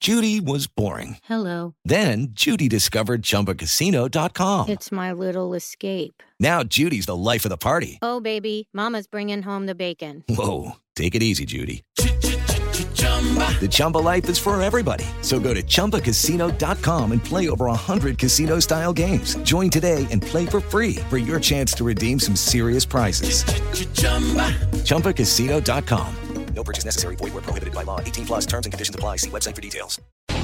Judy was boring. Hello. Then Judy discovered ChumbaCasino.com. It's my little escape. Now Judy's the life of the party. Oh, baby, mama's bringing home the bacon. Whoa, take it easy, Judy. The Chumba life is for everybody. So go to ChumbaCasino.com and play over 100 casino-style games. Join today and play for free for your chance to redeem some serious prizes. ChumbaCasino.com. No purchase necessary. Void where prohibited by law. 18 plus terms and conditions apply. See website for details.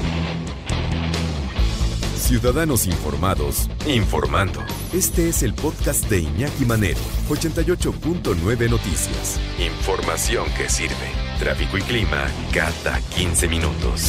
Ciudadanos informados, informando. Este es el podcast de Iñaki Manero, 88.9 Noticias. Información que sirve. Tráfico y clima cada 15 minutos.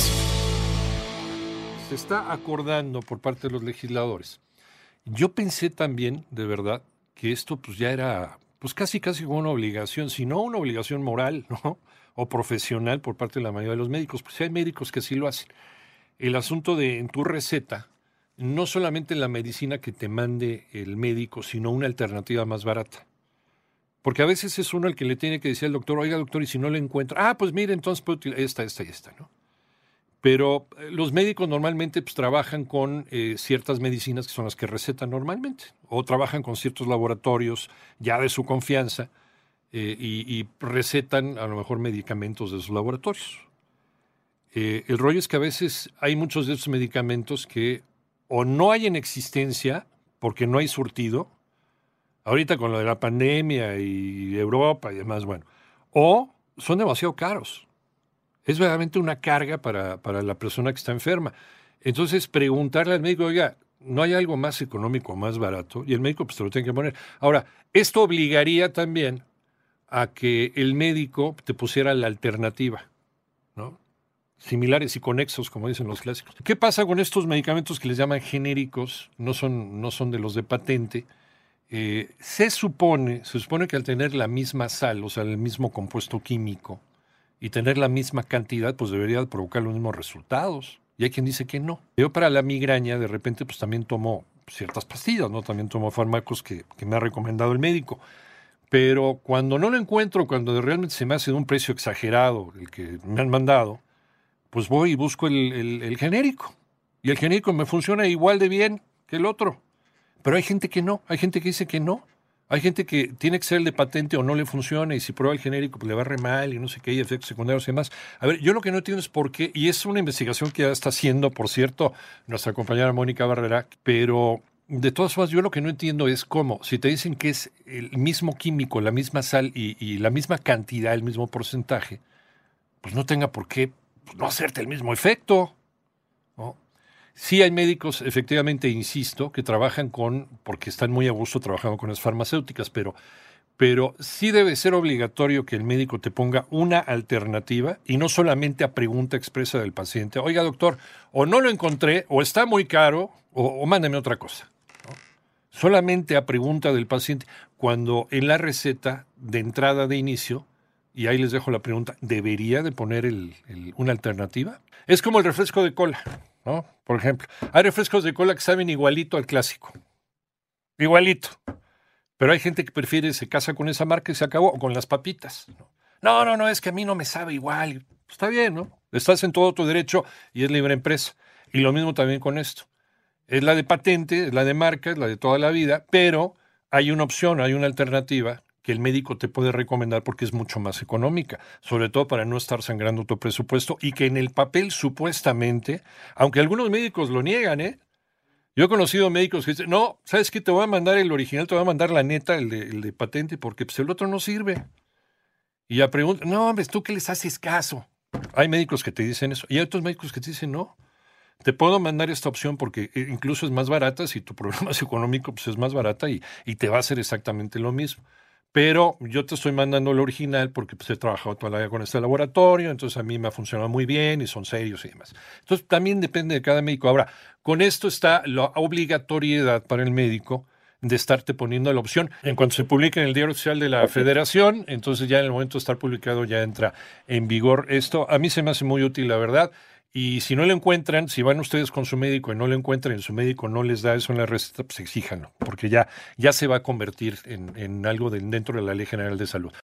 Se está acordando por parte de los legisladores. Yo pensé también, de verdad, que esto pues ya era pues casi como una obligación, si no una obligación moral, ¿no? O profesional por parte de la mayoría de los médicos, pues hay médicos que sí lo hacen. El asunto de en tu receta, no solamente la medicina que te mande el médico, sino una alternativa más barata. Porque a veces es uno el que le tiene que decir al doctor, oiga doctor, y si no le encuentro, pues mire, entonces puedo utilizar esta, ¿no? Pero los médicos normalmente pues, trabajan con ciertas medicinas que son las que recetan normalmente, o trabajan con ciertos laboratorios ya de su confianza y recetan a lo mejor medicamentos de sus laboratorios. El rollo es que a veces hay muchos de esos medicamentos que o no hay en existencia porque no hay surtido, ahorita con lo de la pandemia y Europa y demás, bueno, o son demasiado caros. Es verdaderamente una carga para la persona que está enferma. Entonces, preguntarle al médico, oiga, ¿no hay algo más económico, más barato? Y el médico pues te lo tiene que poner. Ahora, esto obligaría también a que el médico te pusiera la alternativa, ¿no? Similares y conexos, como dicen los clásicos. ¿Qué pasa con estos medicamentos que les llaman genéricos? No son de los de patente. Se supone que al tener la misma sal, o sea, el mismo compuesto químico, y tener la misma cantidad, pues debería provocar los mismos resultados. Y hay quien dice que no. Yo para la migraña, de repente, pues también tomo ciertas pastillas, ¿no? También tomo fármacos que me ha recomendado el médico. Pero cuando no lo encuentro, cuando realmente se me hace de un precio exagerado el que me han mandado, pues voy y busco el genérico. Y el genérico me funciona igual de bien que el otro. Pero hay gente que no, hay gente que dice que no. Hay gente que tiene que ser el de patente o no le funciona y si prueba el genérico pues le va re mal y no sé qué, y efectos secundarios y demás. A ver, yo lo que no entiendo es por qué, y es una investigación que ya está haciendo, por cierto, nuestra compañera Mónica Barrera, pero de todas formas yo lo que no entiendo es cómo, si te dicen que es el mismo químico, la misma sal y la misma cantidad, el mismo porcentaje, pues no tenga por qué no hacerte el mismo efecto, ¿no? Sí hay médicos, efectivamente, insisto, que trabajan porque están muy a gusto trabajando con las farmacéuticas, pero sí debe ser obligatorio que el médico te ponga una alternativa y no solamente a pregunta expresa del paciente. Oiga, doctor, o no lo encontré, o está muy caro, o mándame otra cosa, ¿no? Solamente a pregunta del paciente, cuando en la receta de entrada de inicio, y ahí les dejo la pregunta, ¿debería de poner una alternativa? Es como el refresco de cola, ¿no? Por ejemplo, hay refrescos de cola que saben igualito al clásico. Igualito. Pero hay gente que se casa con esa marca y se acabó, o con las papitas. No, es que a mí no me sabe igual. Está bien, ¿no? Estás en todo tu derecho y es libre empresa. Y lo mismo también con esto. Es la de patente, es la de marca, es la de toda la vida, pero hay una opción, hay una alternativa que el médico te puede recomendar porque es mucho más económica, sobre todo para no estar sangrando tu presupuesto y que en el papel supuestamente, aunque algunos médicos lo niegan, yo he conocido médicos que dicen, no, ¿sabes qué? Te voy a mandar el original, te voy a mandar la neta, el de patente, porque pues, el otro no sirve. Y ya preguntan, no, hombre, ¿tú qué les haces caso? Hay médicos que te dicen eso y hay otros médicos que te dicen, no, te puedo mandar esta opción porque incluso es más barata, si tu problema es económico, pues es más barata y te va a hacer exactamente lo mismo. Pero yo te estoy mandando el original porque pues, he trabajado toda la vida con este laboratorio, entonces a mí me ha funcionado muy bien y son serios y demás. Entonces también depende de cada médico. Ahora, con esto está la obligatoriedad para el médico de estarte poniendo la opción. En cuanto se publique en el Diario Oficial de la Federación, entonces ya en el momento de estar publicado ya entra en vigor esto. A mí se me hace muy útil, la verdad. Y si no lo encuentran, si van ustedes con su médico y no lo encuentran y su médico no les da eso en la receta, pues exíjanlo, porque ya se va a convertir en algo dentro de la Ley General de Salud.